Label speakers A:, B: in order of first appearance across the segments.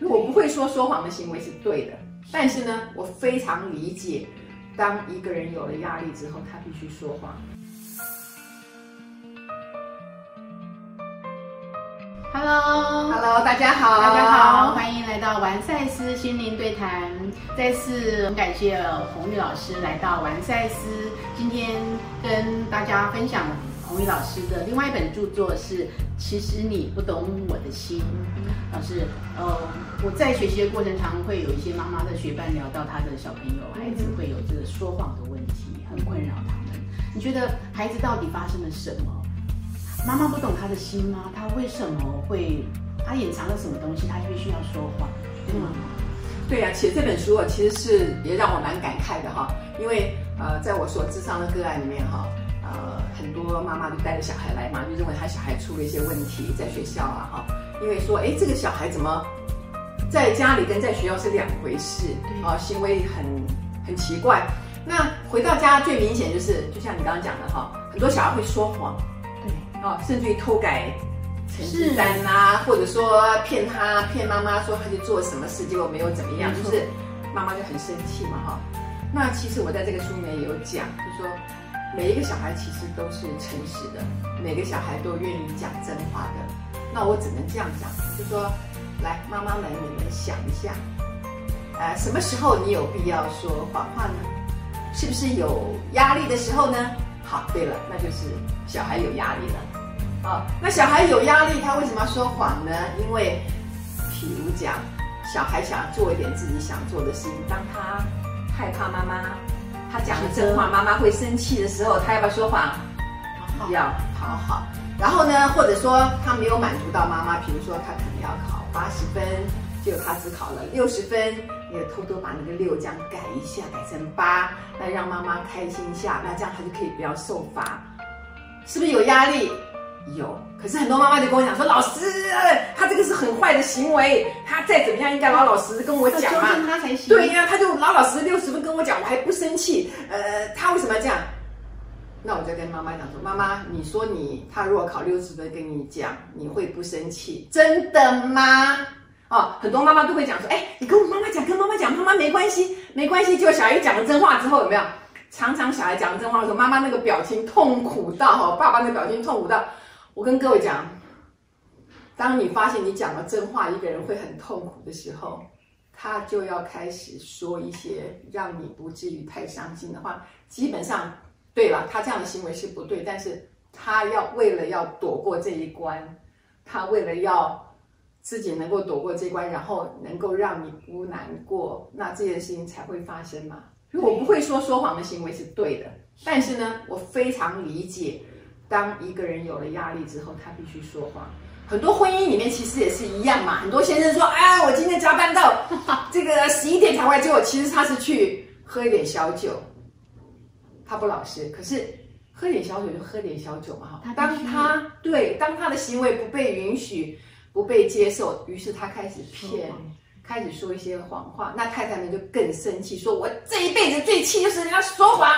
A: 我不会说谎的行为是对的，但是呢，我非常理解，当一个人有了压力之后，他必须说谎。Hello， 大家好，
B: 大家好，欢迎来到完赛斯心灵对谈。再次很感谢洪玉老师来到完赛斯，今天跟大家分享洪玉老师的另外一本著作是《其实你不懂我的心》。老师，我在学习的过程常会有一些妈妈的学伴聊到她的小朋友、孩子会有这个说谎的问题，很困扰他们。你觉得孩子到底发生了什么？妈妈不懂他的心吗？他为什么会？他隐藏了什么东西？他必须要说谎，对吗？
A: 对呀，写这本书其实是也让我蛮感慨的哈，因为在我所咨商的个案里面哈，很多妈妈就带着小孩来嘛，就认为他小孩出了一些问题，在学校哈，因为说这个小孩怎么在家里跟在学校是两回事啊，行为很奇怪。那回到家最明显就是，就像你刚刚讲的哈，很多小孩会说谎。甚至于偷改成绩单啊，或者说骗妈妈说他去做什么事，结果没有怎么样，就是妈妈就很生气嘛哈。那其实我在这个书里面也有讲，就是说每一个小孩其实都是诚实的，每个小孩都愿意讲真话的。那我只能这样讲，就是说，来妈妈们你们想一下，什么时候你有必要说谎话呢？是不是有压力的时候呢？好，对了，那就是小孩有压力了。那小孩有压力，他为什么要说谎呢？因为，譬如讲，小孩想做一点自己想做的事情，当他害怕妈妈，他讲了真话，妈妈会生气的时候，他要不要说谎？要讨好。然后呢，或者说他没有满足到妈妈，比如说他可能要考80分，结果他只考了60分，你也偷偷把那个6这样改一下，改成8，来让妈妈开心一下，那这样他就可以不要受罚，是不是有压力？有，可是很多妈妈就跟我讲说，老师，他这个是很坏的行为，他再怎么样应该老老实实跟我讲嘛，
B: 他才行。
A: 对呀，他就老老实实60分跟我讲，我还不生气，他为什么要这样？那我就跟妈妈讲说，妈妈，你说他如果考60分跟你讲，你会不生气？真的吗？很多妈妈都会讲说，你跟我妈妈讲，妈妈没关系，没关系。结果小孩讲了真话之后，有没有？常常小孩讲了真话的时候，妈妈那个表情痛苦到爸爸那个表情痛苦到。我跟各位讲，当你发现你讲了真话，一个人会很痛苦的时候，他就要开始说一些让你不至于太伤心的话。基本上，对了，他这样的行为是不对，但是他为了要躲过这一关，他为了要自己能够躲过这一关，然后能够让你不难过，那这件事情才会发生嘛。我不会说谎的行为是对的，但是呢，我非常理解。当一个人有了压力之后，他必须说谎。很多婚姻里面其实也是一样嘛。很多先生说：“我今天加班到这个11点才回来，结果其实他是去喝一点小酒，他不老实。可是喝点小酒就喝点小酒嘛，哈。当他的行为不被允许、不被接受，于是他开始骗，开始说一些谎话。那太太们就更生气，说我这一辈子最气就是人家说谎。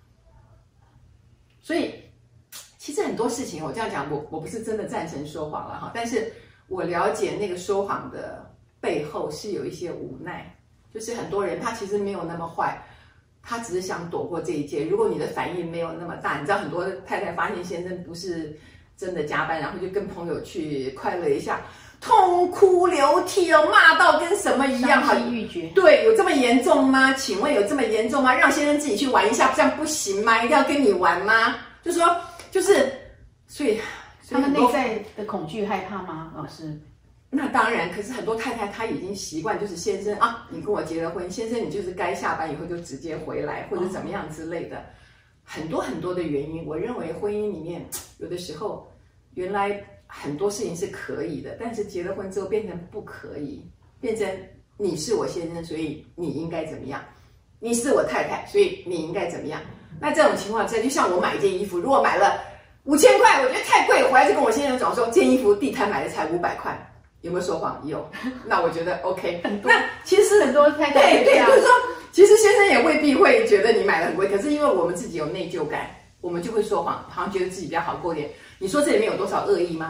A: 所以。其实很多事情，我这样讲，我不是真的赞成说谎了哈，但是我了解那个说谎的背后是有一些无奈，就是很多人他其实没有那么坏，他只是想躲过这一劫。如果你的反应没有那么大，你知道很多太太发现先生不是真的加班，然后就跟朋友去快乐一下，痛哭流涕骂到跟什么一样，
B: 伤心欲绝。
A: 对，有这么严重吗？请问有这么严重吗？让先生自己去玩一下，这样不行吗？一定要跟你玩吗？就是，所以
B: 他们内在的恐惧、害怕吗？老师？
A: 那当然，可是很多太太她已经习惯，就是先生你跟我结了婚，先生你就是该下班以后就直接回来，或者怎么样之类的，很多很多的原因。我认为婚姻里面有的时候，原来很多事情是可以的，但是结了婚之后变成不可以，变成你是我先生，所以你应该怎么样？你是我太太，所以你应该怎么样？那这种情况之下，就像我买一件衣服，如果买了5000块，我觉得太贵，回来就跟我先生讲说，这件衣服地摊买的才500块，有没有说谎？有。那我觉得 OK。那其实
B: 很多太太
A: 对，就是说，其实先生也未必会觉得你买的很贵，可是因为我们自己有内疚感，我们就会说谎，好像觉得自己比较好过点。你说这里面有多少恶意吗？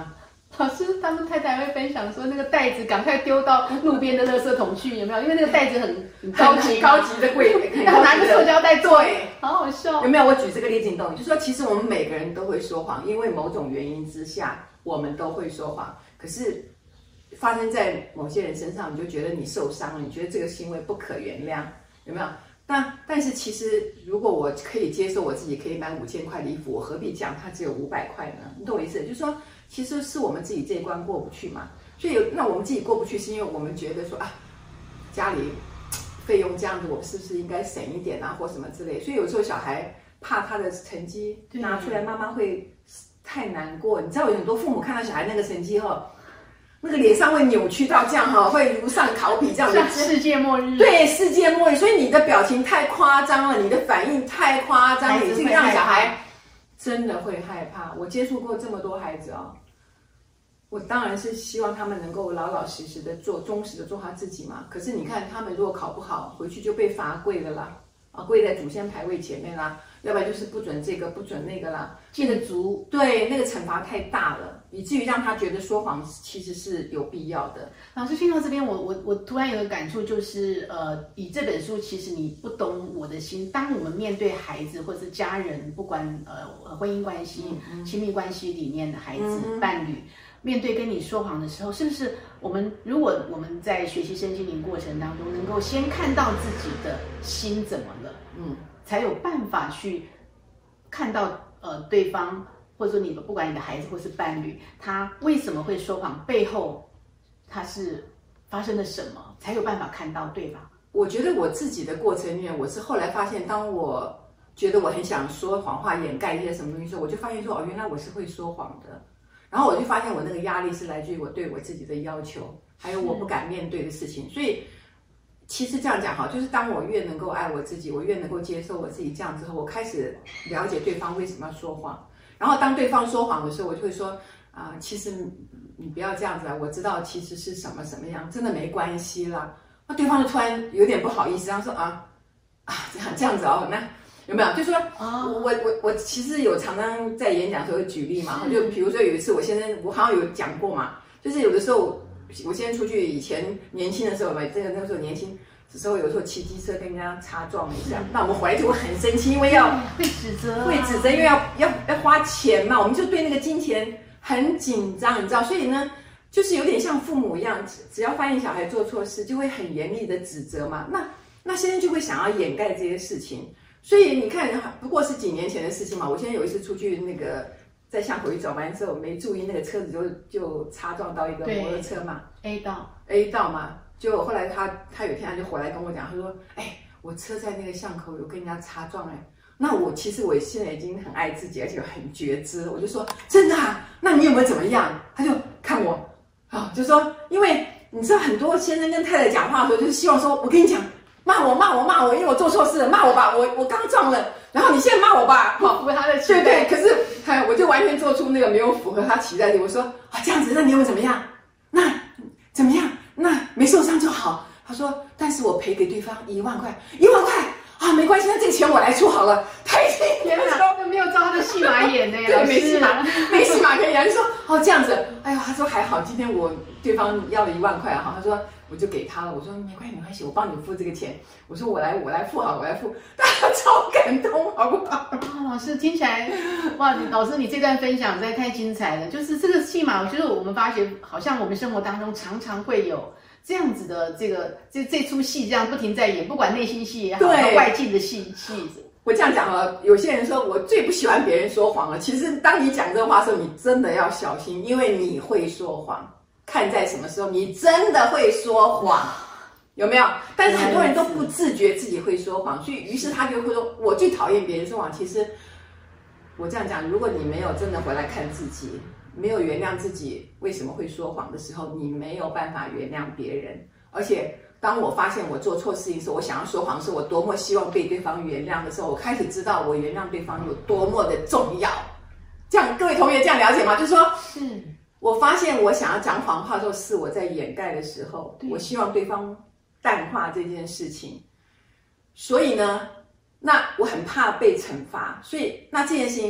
B: 老师他们太太会分享说，那个袋子赶快丢到路边的垃圾桶去，有没有？因为那个袋子很高级
A: 的贵，
B: 然后拿个塑胶袋做，
A: 对，
B: 好好笑。
A: 有没有？我举这个例子你懂，就说其实我们每个人都会说谎，因为某种原因之下，我们都会说谎。可是发生在某些人身上，你就觉得你受伤了，你觉得这个行为不可原谅，有没有？但是其实，如果我可以接受我自己可以买5000块的衣服，我何必讲它只有500块呢？你懂我意思？就是说，其实是我们自己这一关过不去嘛。所以那我们自己过不去，是因为我们觉得说啊，家里费用这样子，我是不是应该省一点啊，或什么之类。所以有时候小孩怕他的成绩拿出来，妈妈会太难过。你知道有很多父母看到小孩那个成绩后，那个脸上会扭曲到这样哈，会如上考妣这样子，
B: 世界末日。
A: 对，世界末日。所以你的表情太夸张了，你的反应太夸张了，这个让小孩真的会害怕。我接触过这么多孩子哦，我当然是希望他们能够老老实实的做，忠实的做他自己嘛。可是你看他们如果考不好，回去就被罚跪了啦，啊，跪在祖先牌位前面啦，要不然就是不准这个不准那个啦，
B: 禁足。
A: 对，那个惩罚太大了，以至于让他觉得说谎其实是有必要的。
B: 老师听到这边，我突然有个感触，就是以这本书，其实你不懂我的心。当我们面对孩子或是家人，不管婚姻关系、亲密关系里面的孩子、伴侣，面对跟你说谎的时候，是不是如果我们在学习身心灵过程当中，能够先看到自己的心怎么了，才有办法去看到对方，或者说你不管你的孩子或是伴侣，他为什么会说谎，背后他是发生了什么，才有办法看到，对吧？
A: 我觉得我自己的过程里面，我是后来发现，当我觉得我很想说谎话掩盖一些什么东西的时候，我就发现说，哦，原来我是会说谎的。然后我就发现我那个压力是来自于我对我自己的要求，还有我不敢面对的事情。所以其实这样讲哈，就是当我越能够爱我自己，我越能够接受我自己这样之后，我开始了解对方为什么要说谎。然后当对方说谎的时候，我就会说其实你不要这样子啊，我知道其实是什么什么样，真的没关系啦。那对方就突然有点不好意思，然后说这样子哦，那有没有？就说我其实有常常在演讲的时候举例嘛，就比如说有一次我先生，我好像有讲过嘛，就是有的时候我先生出去以前年轻的时候嘛，那个时候年轻的时候，有时候骑机车跟人家擦撞了一下，那我们回来就会很生气，因为
B: 会指责，
A: 因为要花钱嘛，我们就对那个金钱很紧张，你知道，所以呢，就是有点像父母一样，只要发现小孩做错事，就会很严厉的指责嘛。那先生就会想要掩盖这些事情，所以你看，不过是几年前的事情嘛。我现在有一次出去那个在巷口一转弯的时候，没注意那个车子就擦撞到一个摩托车嘛
B: ，A 道
A: 嘛。就后来他有一天他就回来跟我讲，他说：“我车在那个巷口有跟人家擦撞那其实我现在已经很爱自己，而且很觉知了。我就说真的啊，那你有没有怎么样？他就看我就说，因为你知道很多先生跟太太讲话的时候，就是希望说，我跟你讲。”骂我，因为我做错事了，骂我吧，我刚撞了，然后你现在骂我吧，
B: 符合他的期待。
A: 对，可是我就完全做出那个没有符合他期待的，我说这样子，那你又怎么样？那怎么样？那没受伤就好。他说，但是我赔给对方1万块没关系，那这个钱我来出好了。他已经
B: 都没有照他的戏码演的呀，
A: 对，没戏码可以演。就说这样子，他说还好，今天对方要了1万块他说。我就给他了，我说没关系，我帮你付这个钱。我说我来付好，我来付，大家超感动，好不好？
B: 老师听起来，哇，老师你这段分享实在太精彩了。就是这个戏码，我觉得我们发觉，好像我们生活当中常常会有这样子的这出戏，这样不停在演，不管内心戏也好，外境的戏。
A: 我这样讲了，有些人说我最不喜欢别人说谎了。其实当你讲这话的时候，你真的要小心，因为你会说谎。看在什么时候，你真的会说谎，有没有？但是很多人都不自觉自己会说谎，所以于是他就会说：“我最讨厌别人说谎。”其实我这样讲，如果你没有真的回来看自己，没有原谅自己为什么会说谎的时候，你没有办法原谅别人。而且当我发现我做错事情的时候，我想要说谎的时候，我多么希望被对方原谅的时候，我开始知道我原谅对方有多么的重要。这样，各位同学这样了解吗？就是说，我发现我想要讲谎话的时候，是我在掩盖的时候，我希望对方淡化这件事情。所以呢，那我很怕被惩罚，所以那这件事情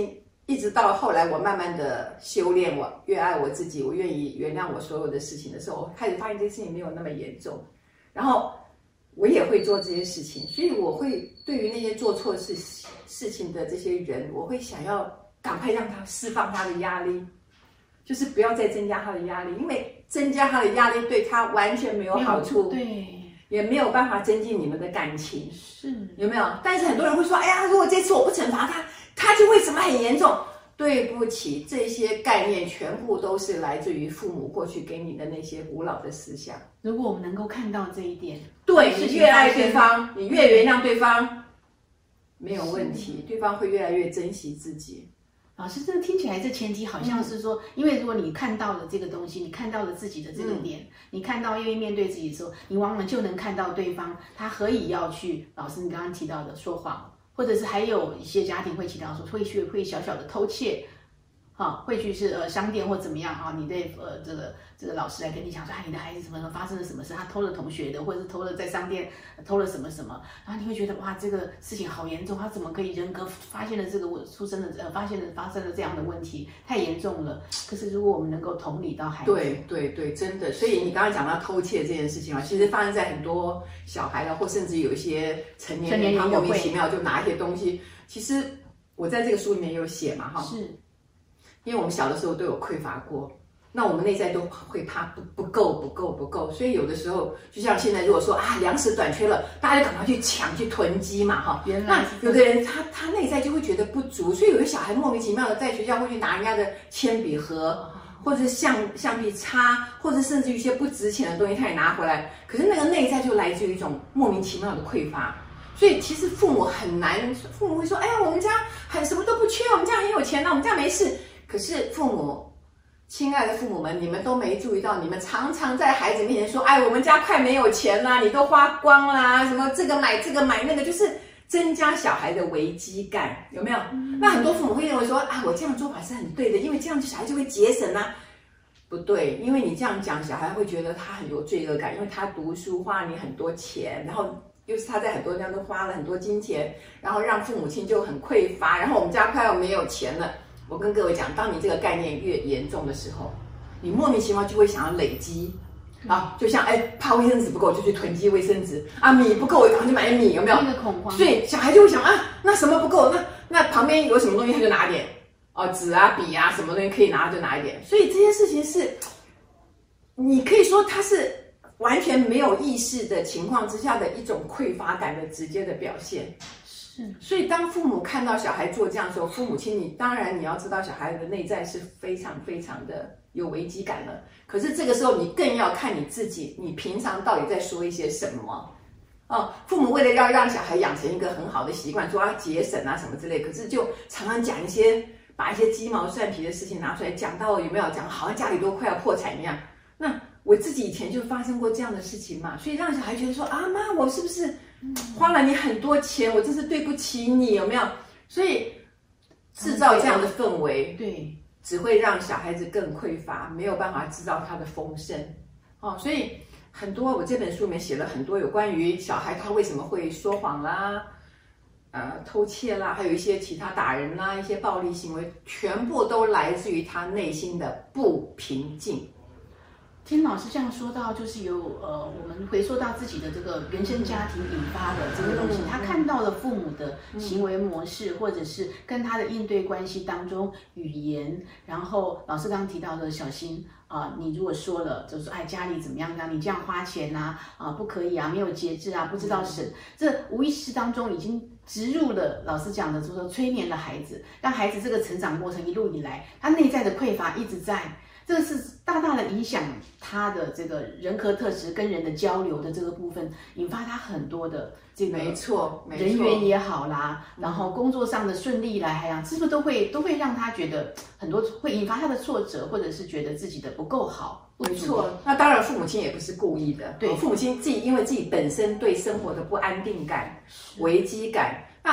A: 一直到后来我慢慢的修炼，我越爱我自己，我愿意原谅我所有的事情的时候，我开始发现这件事情没有那么严重，然后我也会做这些事情，所以我会对于那些做错事情的这些人，我会想要赶快让他释放他的压力，就是不要再增加他的压力，因为增加他的压力对他完全没有好处，
B: 对，
A: 也没有办法增进你们的感情，
B: 是
A: 有没有？但是很多人会说，哎呀，如果这次我不惩罚他，他就会什么很严重。对不起，这些概念全部都是来自于父母过去给你的那些古老的思想。
B: 如果我们能够看到这一点，
A: 对，你越爱对方，你越原谅对方，没有问题，对方会越来越珍惜自己。
B: 老师，这听起来这前提好像是说，因为如果你看到了这个东西，你看到了自己的这个点，你看到愿意面对自己的时候，你往往就能看到对方他何以要去，老师你刚刚提到的说谎。或者是还有一些家庭会提到说会小小的偷窃，会去是商店或怎么样啊？你对这个老师来跟你讲说，你的孩子什么发生了什么事，他偷了同学的，或者是偷了在商店偷了什么什么，然后你会觉得哇，这个事情好严重，他怎么可以人格发现了这个发生了这样的问题，太严重了。可是如果我们能够同理到孩子，
A: 对，真的。所以你刚刚讲到偷窃这件事情啊，其实发生在很多小孩的，或甚至有一些成年人，他莫名其妙就拿一些东西。其实我在这个书里面也有写嘛，哈，
B: 是。
A: 因为我们小的时候都有匮乏过，那我们内在都会怕不够，所以有的时候就像现在，如果说粮食短缺了，大家就赶快去抢去囤积嘛，哈。那有的人他内在就会觉得不足，所以有的小孩莫名其妙的在学校会去拿人家的铅笔盒，或者是橡皮擦，或者甚至于一些不值钱的东西，他也拿回来。可是那个内在就来自于一种莫名其妙的匮乏。所以其实父母很难，父母会说，哎呀，我们家什么都不缺，我们家很有钱，我们家没事。可是父母，亲爱的父母们，你们都没注意到，你们常常在孩子面前说，我们家快没有钱啦，你都花光啦，什么这个买那个，就是增加小孩的危机感，有没有？那很多父母会认为说，我这样做法是很对的，因为这样小孩就会节省啊。不对，因为你这样讲，小孩会觉得他很有罪恶感，因为他读书花你很多钱，然后又是他在很多地方都花了很多金钱，然后让父母亲就很匮乏，然后我们家快要没有钱了。我跟各位讲，当你这个概念越严重的时候，你莫名其妙就会想要累积啊，就像怕卫生纸不够就去囤积卫生纸啊，米不够我赶快去买米，有没有？
B: 那个恐慌。
A: 所以小孩就会想那什么不够，那旁边有什么东西他就拿点纸啊笔啊什么东西可以拿就拿一点。所以这些事情是，你可以说他是完全没有意识的情况之下的一种匮乏感的直接的表现。所以当父母看到小孩做这样的时候，父母亲当然你要知道小孩的内在是非常非常的有危机感了。可是这个时候你更要看你自己，你平常到底在说一些什么。父母为了要让小孩养成一个很好的习惯，说节省啊什么之类，可是就常常讲把一些鸡毛蒜皮的事情拿出来讲到，有没有讲好像家里都快要破产一样。那我自己以前就发生过这样的事情嘛，所以让小孩觉得说妈，我是不是花了你很多钱，我真是对不起你，有没有？所以制造这样的氛围，
B: 对，
A: 只会让小孩子更匮乏，没有办法制造他的丰盛。所以很多我这本书里面写了很多有关于小孩他为什么会说谎啦，偷窃啦，还有一些其他打人啦，一些暴力行为，全部都来自于他内心的不平静。
B: 听老师这样说到，就是有我们回溯到自己的这个原生家庭引发的这个东西，他看到了父母的行为模式，或者是跟他的应对关系当中语言，然后老师刚刚提到的小心你如果说了就是说家里怎么样你这样花钱不可以没有节制不知道省，这无意识当中已经植入了老师讲的就是说催眠了孩子，让孩子这个成长过程一路以来他内在的匮乏一直在。这个是大大的影响他的这个人格特质跟人的交流的这个部分，引发他很多的这个
A: 没错
B: 人缘也好啦，然后工作上的顺利来是不是都会让他觉得很多会引发他的挫折，或者是觉得自己的不够好。
A: 没错，那当然父母亲也不是故意的，
B: 对，
A: 父母亲因为自己本身对生活的不安定感、危机感，那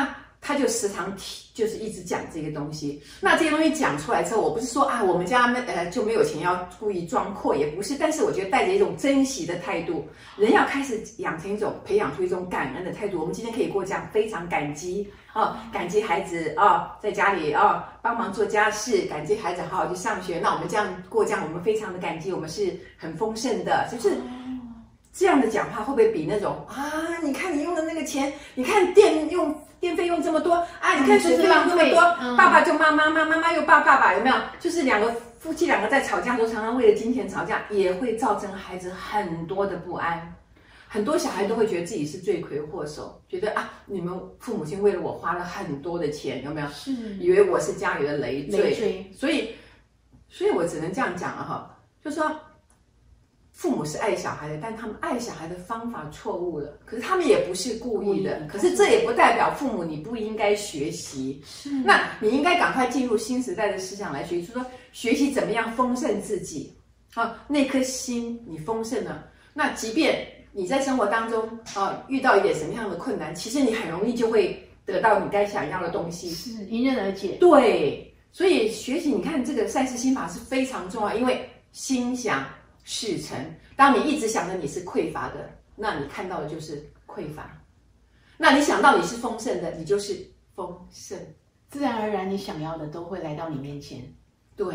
A: 他就时常就是一直讲这个东西。那这些东西讲出来之后，我不是说啊，我们家就没有钱要故意装阔，也不是。但是我觉得带着一种珍惜的态度，人要开始培养出一种感恩的态度。我们今天可以过这样，非常感激感激孩子在家里帮忙做家事，感激孩子好好去上学。那我们这样过，这样我们非常的感激，我们是很丰盛的，就是。这样的讲话会不会比那种你看你用的那个钱，你看电费用这么多你看水费用这么多，爸爸就妈妈，妈妈又爸爸，有没有？就是夫妻两个在吵架的时候，常常为了金钱吵架，也会造成孩子很多的不安。很多小孩都会觉得自己是罪魁祸首，觉得你们父母亲为了我花了很多的钱，有没有？
B: 是，
A: 以为我是家里的累赘。所以我只能这样讲了就说。父母是爱小孩的，但他们爱小孩的方法错误了。可是他们也不是故意的，可是这也不代表父母你不应该学习。那你应该赶快进入新时代的思想来学习，就是说学习怎么样丰盛自己那颗心你丰盛了，那即便你在生活当中遇到一点什么样的困难，其实你很容易就会得到你该想要的东西，
B: 是迎刃而解。
A: 对，所以学习你看这个赛斯心法是非常重要，因为心想事成。当你一直想着你是匮乏的，那你看到的就是匮乏；那你想到你是丰盛的，你就是丰盛。
B: 自然而然，你想要的都会来到你面前。
A: 对，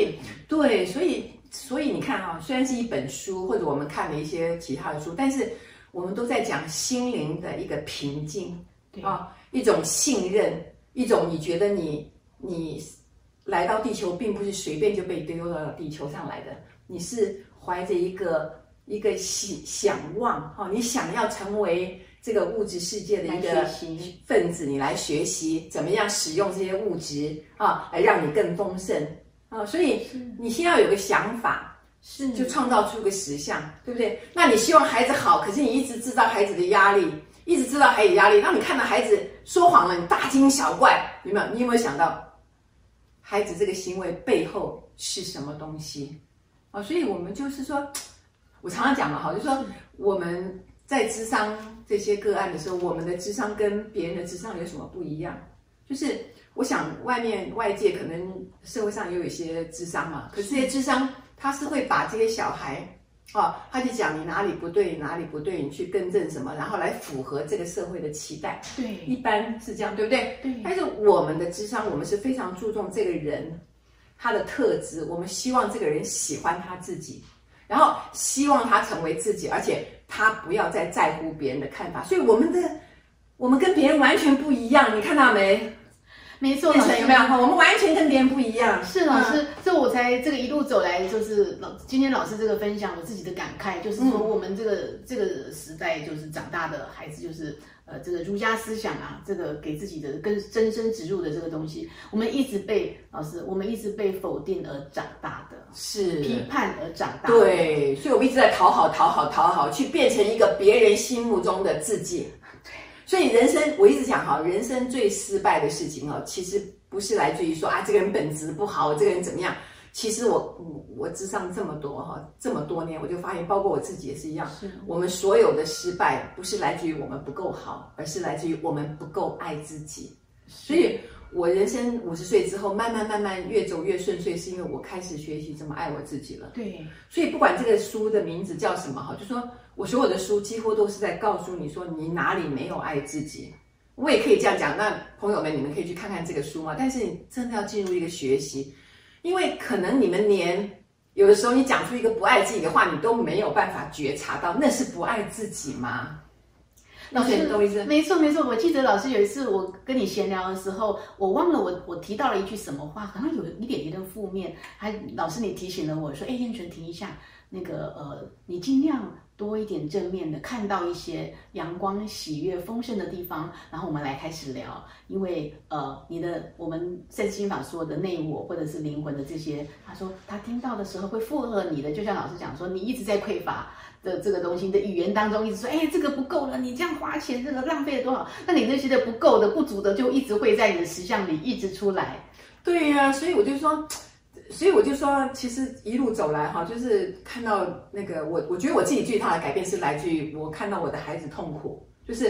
A: 所以你看虽然是一本书，或者我们看了一些其他的书，但是我们都在讲心灵的一个平静一种信任，一种你觉得你来到地球并不是随便就被丢到地球上来的。你是怀着一个想望你想要成为这个物质世界的一个分子，你来学习怎么样使用这些物质来让你更丰盛所以你先要有个想法，就创造出个实相，对不对？那你希望孩子好，可是你一直制造孩子的压力，一直制造孩子压力，让你看到孩子说谎了，你大惊小怪，有没有？你有没有想到孩子这个行为背后是什么东西？所以我们就是说，我常常讲嘛就是说我们在諮商这些个案的时候，我们的諮商跟别人的諮商有什么不一样？就是我想外界可能社会上也有一些諮商嘛，可是这些諮商他是会把这些小孩他就讲你哪里不对，哪里不对，你去更正什么，然后来符合这个社会的期待。
B: 对，
A: 一般是这样，对不对？
B: 对。
A: 但是我们的諮商，我们是非常注重这个人他的特质，我们希望这个人喜欢他自己，然后希望他成为自己，而且他不要再在乎别人的看法。所以我们跟别人完全不一样，你看到没？
B: 没错，
A: 老师有没有？我们完全跟别人不一样。
B: 是老师，这我才这个一路走来，就是今天老师这个分享，我自己的感慨就是说，我们这个时代就是长大的孩子，就是这个儒家思想这个给自己的跟根深植入的这个东西，我们一直被否定而长大的，
A: 是
B: 批判而长大的。
A: 对，所以我们一直在讨好，去变成一个别人心目中的自己。所以人生，我一直讲人生最失败的事情其实不是来自于说这个人本质不好，这个人怎么样。其实我諮商这么多年，我就发现，包括我自己也是一样，我们所有的失败不是来自于我们不够好，而是来自于我们不够爱自己。所以我人生50岁之后，慢慢越走越顺遂，是因为我开始学习怎么爱我自己了。
B: 对，
A: 所以不管这个书的名字叫什么就说我所有的书几乎都是在告诉你说你哪里没有爱自己。我也可以这样讲，那朋友们你们可以去看看这个书嘛。但是你真的要进入一个学习，因为可能你们连有的时候你讲出一个不爱自己的话，你都没有办法觉察到那是不爱自己吗？
B: 老师，没错。我记得老师有一次我跟你闲聊的时候，我忘了我提到了一句什么话，好像有一点点的负面。老师你提醒了我说，燕纯停一下，那个你尽量多一点正面的，看到一些阳光、喜悦、丰盛的地方，然后我们来开始聊。因为我们赛斯心法说的内我或者是灵魂的这些，他说他听到的时候会附和你的，就像老师讲说，你一直在匮乏的这个东西，你的语言当中一直说，这个不够了，你这样花钱，这个浪费了多少？那你那些的不够的、不足的，就一直会在你的实相里一直出来。
A: 对呀，所以我就说，其实一路走来就是看到那个我觉得我自己最大的改变是来自于我看到我的孩子痛苦，就是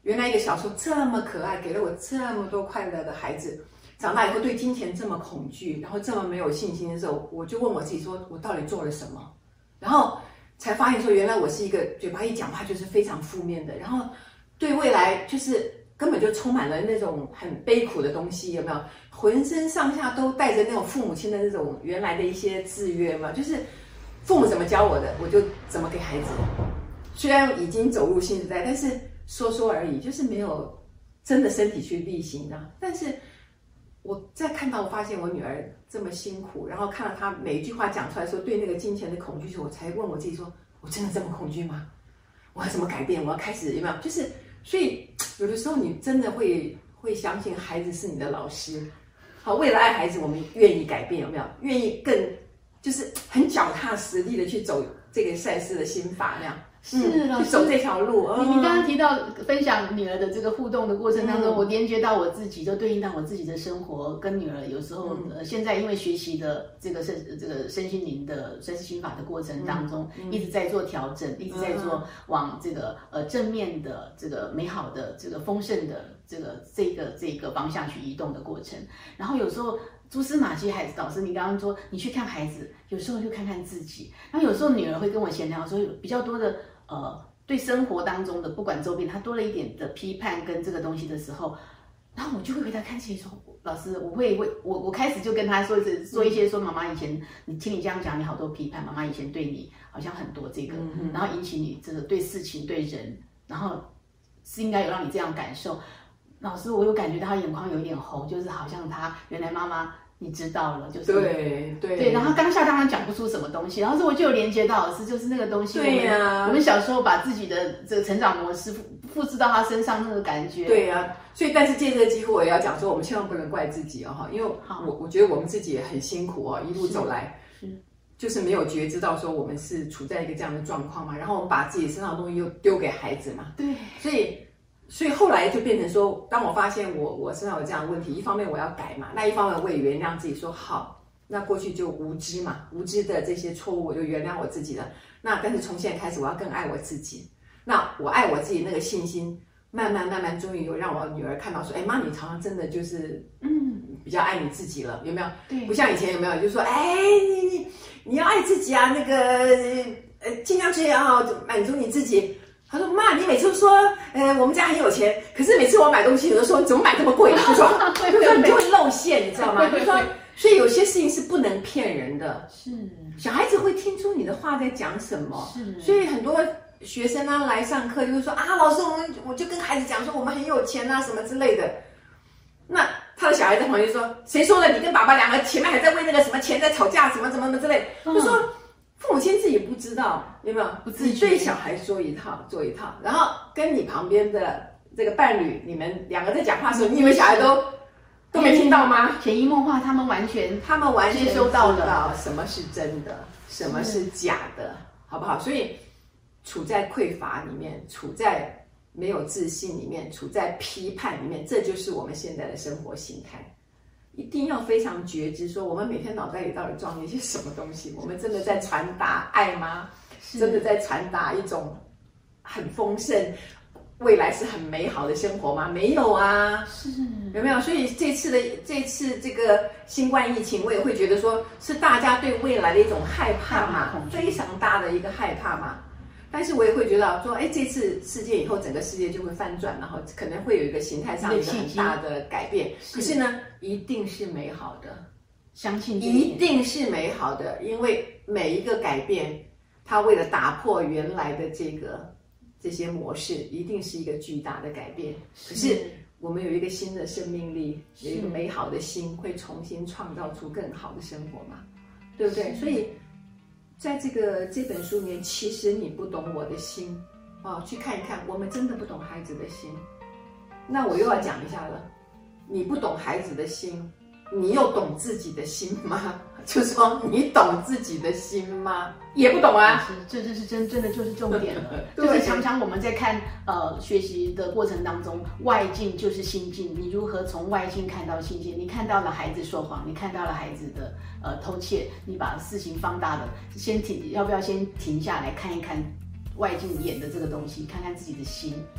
A: 原来一个小时候这么可爱，给了我这么多快乐的孩子，长大以后对金钱这么恐惧，然后这么没有信心的时候，我就问我自己说，我到底做了什么？然后才发现说，原来我是一个嘴巴一讲话就是非常负面的，然后对未来就是根本就充满了那种很悲苦的东西，有没有？浑身上下都带着那种父母亲的那种原来的一些制约嘛，就是父母怎么教我的，我就怎么给孩子。虽然已经走入新时代，但是说说而已，就是没有真的身体去力行的。但是我在看到，我发现我女儿这么辛苦，然后看到她每一句话讲出来说对那个金钱的恐惧时，我才问我自己说：我真的这么恐惧吗？我要怎么改变？我要开始有没有？就是所以有的时候你真的会相信孩子是你的老师。好，为了爱孩子，我们愿意改变，有没有？愿意更就是很脚踏实地的去走这个赛斯的心法那样。
B: 是老师，
A: 去走这条路。
B: 你刚刚提到分享女儿的这个互动的过程当中，我连接到我自己，就对应到我自己的生活，跟女儿有时候现在因为学习的这个身心灵的赛斯心法的过程当中，一直在做调整，一直在做往这个正面的这个美好的这个丰盛的这个方向去移动的过程。然后有时候蛛丝马迹，孩子，老师你刚刚说你去看孩子，有时候就看看自己。然后有时候女儿会跟我闲聊说，有比较多的对生活当中的不管周边，她多了一点的批判跟这个东西的时候，然后我就会回答看自己说，老师，我开始就跟她说一些说，妈妈以前你听你这样讲，你好多批判，妈妈以前对你好像很多这个，然后引起你这个对事情对人，然后是应该有让你这样感受。老师，我有感觉到他眼眶有一点红，就是好像他原来妈妈你知道了，就是对，然后当下当然讲不出什么东西，然后是我就有连接到老师，就是那个东西，
A: 对呀，
B: 我们小时候把自己的这个成长模式复制到他身上那个感觉，
A: 对呀，所以但是借这个机会我也要讲说，我们千万不能怪自己哦，因为我觉得我们自己也很辛苦哦，一路走来就是没有觉知到说我们是处在一个这样的状况嘛，然后我们把自己身上的东西又丢给孩子嘛，
B: 对，
A: 所以后来就变成说，当我发现我身上有这样的问题，一方面我要改嘛，那一方面我也原谅自己说好，那过去就无知嘛，无知的这些错误我就原谅我自己了。那但是从现在开始我要更爱我自己，那我爱我自己那个信心，慢慢终于有让我女儿看到说，哎妈，你常常真的就是比较爱你自己了，有没有？
B: 对，
A: 不像以前有没有，就说哎你要爱自己啊，那个尽量去啊满足你自己。他说：“妈，你每次都说，我们家很有钱，可是每次我买东西，我都说怎么买这么贵？就说你就会露馅，你知道吗？就说，所以有些事情是不能骗人的。
B: 是，
A: 小孩子会听出你的话在讲什么。
B: 是，
A: 所以很多学生啊来上课就会说啊，老师，我就跟孩子讲说我们很有钱啊什么之类的。那他的小孩在旁边说，谁说的？你跟爸爸两个前面还在为那个什么钱在吵架，什么之类的，就说。”父母亲自己不知道，有没有？你对小孩说一套做一套，然后跟你旁边的这个伴侣，你们两个在讲话的时候，你以为小孩都没听到吗？
B: 潜移默化，他们完全
A: 接
B: 收到
A: 了什么是真的，什么是假的，好不好？所以处在匮乏里面，处在没有自信里面，处在批判里面，这就是我们现在的生活形态。一定要非常觉知，说我们每天脑袋里到底装了一些什么东西？我们真的在传达爱吗？真的在传达一种很丰盛、未来是很美好的生活吗？没有啊，有没有？所以这次这个新冠疫情，我也会觉得说是大家对未来的一种害怕嘛，非常大的一个害怕嘛。但是我也会觉得说，哎，这次事件以后，整个世界就会翻转，然后可能会有一个形态上一个很大的改变。可是呢，一定是美好的，
B: 相信
A: 一定是美好的，因为每一个改变，它为了打破原来的这些模式，一定是一个巨大的改变。可是我们有一个新的生命力，有一个美好的心，会重新创造出更好的生活嘛，对不对？所以。在这本书里面，其实你不懂我的心，去看一看，我们真的不懂孩子的心。那我又要讲一下了，你不懂孩子的心，你又懂自己的心吗？就是说，你懂自己的心吗？也不懂啊。
B: 这是真的就是重点了。就是常常我们在看学习的过程当中，外境就是心境。你如何从外境看到心境？你看到了孩子说谎，你看到了孩子的偷窃，你把事情放大了，要不要先停下来看一看外境演的这个东西，看看自己的心？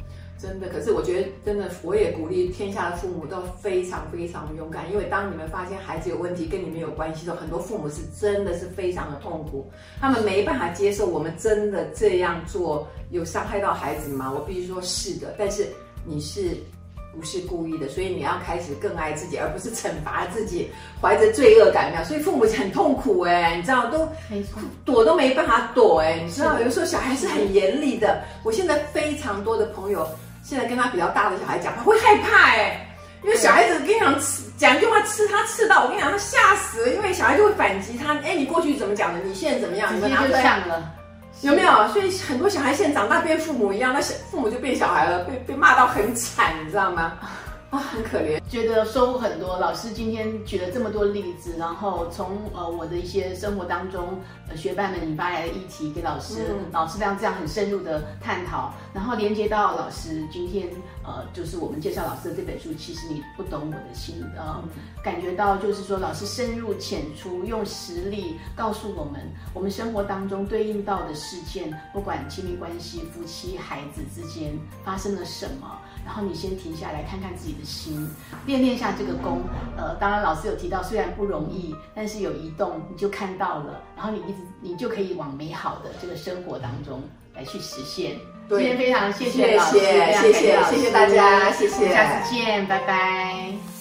A: 真的，可是我觉得真的，我也鼓励天下的父母都非常非常勇敢，因为当你们发现孩子有问题跟你们有关系的时候，很多父母是真的是非常的痛苦，他们没办法接受我们真的这样做有伤害到孩子吗？我必须说是的，但是你是不是故意的？所以你要开始更爱自己，而不是惩罚自己，怀着罪恶感所以父母很痛苦哎，你知道都躲都没办法躲哎，你知道有的时候小孩是很严厉的。我现在非常多的朋友。现在跟他比较大的小孩讲，他会害怕哎，因为小孩子跟你讲一句话刺到，我跟你讲他吓死了，因为小孩就会反击他，哎，你过去怎么讲的，你现在怎么样，你们拿出来
B: 上了，
A: 有没有？所以很多小孩现在长大变父母一样，那父母就变小孩了，被骂到很惨，你知道吗？啊，很可怜，
B: 觉得收获很多。老师今天举了这么多例子，然后从我的一些生活当中，学伴们引发来的议题给老师，老师这样很深入的探讨，然后连接到老师今天就是我们介绍老师的这本书，其实你不懂我的心，感觉到就是说老师深入浅出，用实例告诉我们生活当中对应到的事件，不管亲密关系、夫妻、孩子之间发生了什么，然后你先停下来看看自己的心，练下这个功。当然老师有提到，虽然不容易，但是有移动你就看到了，然后你就可以往美好的这个生活当中来去实现。今天非常谢谢老师，
A: 谢谢大家，谢谢，
B: 下次见，拜拜。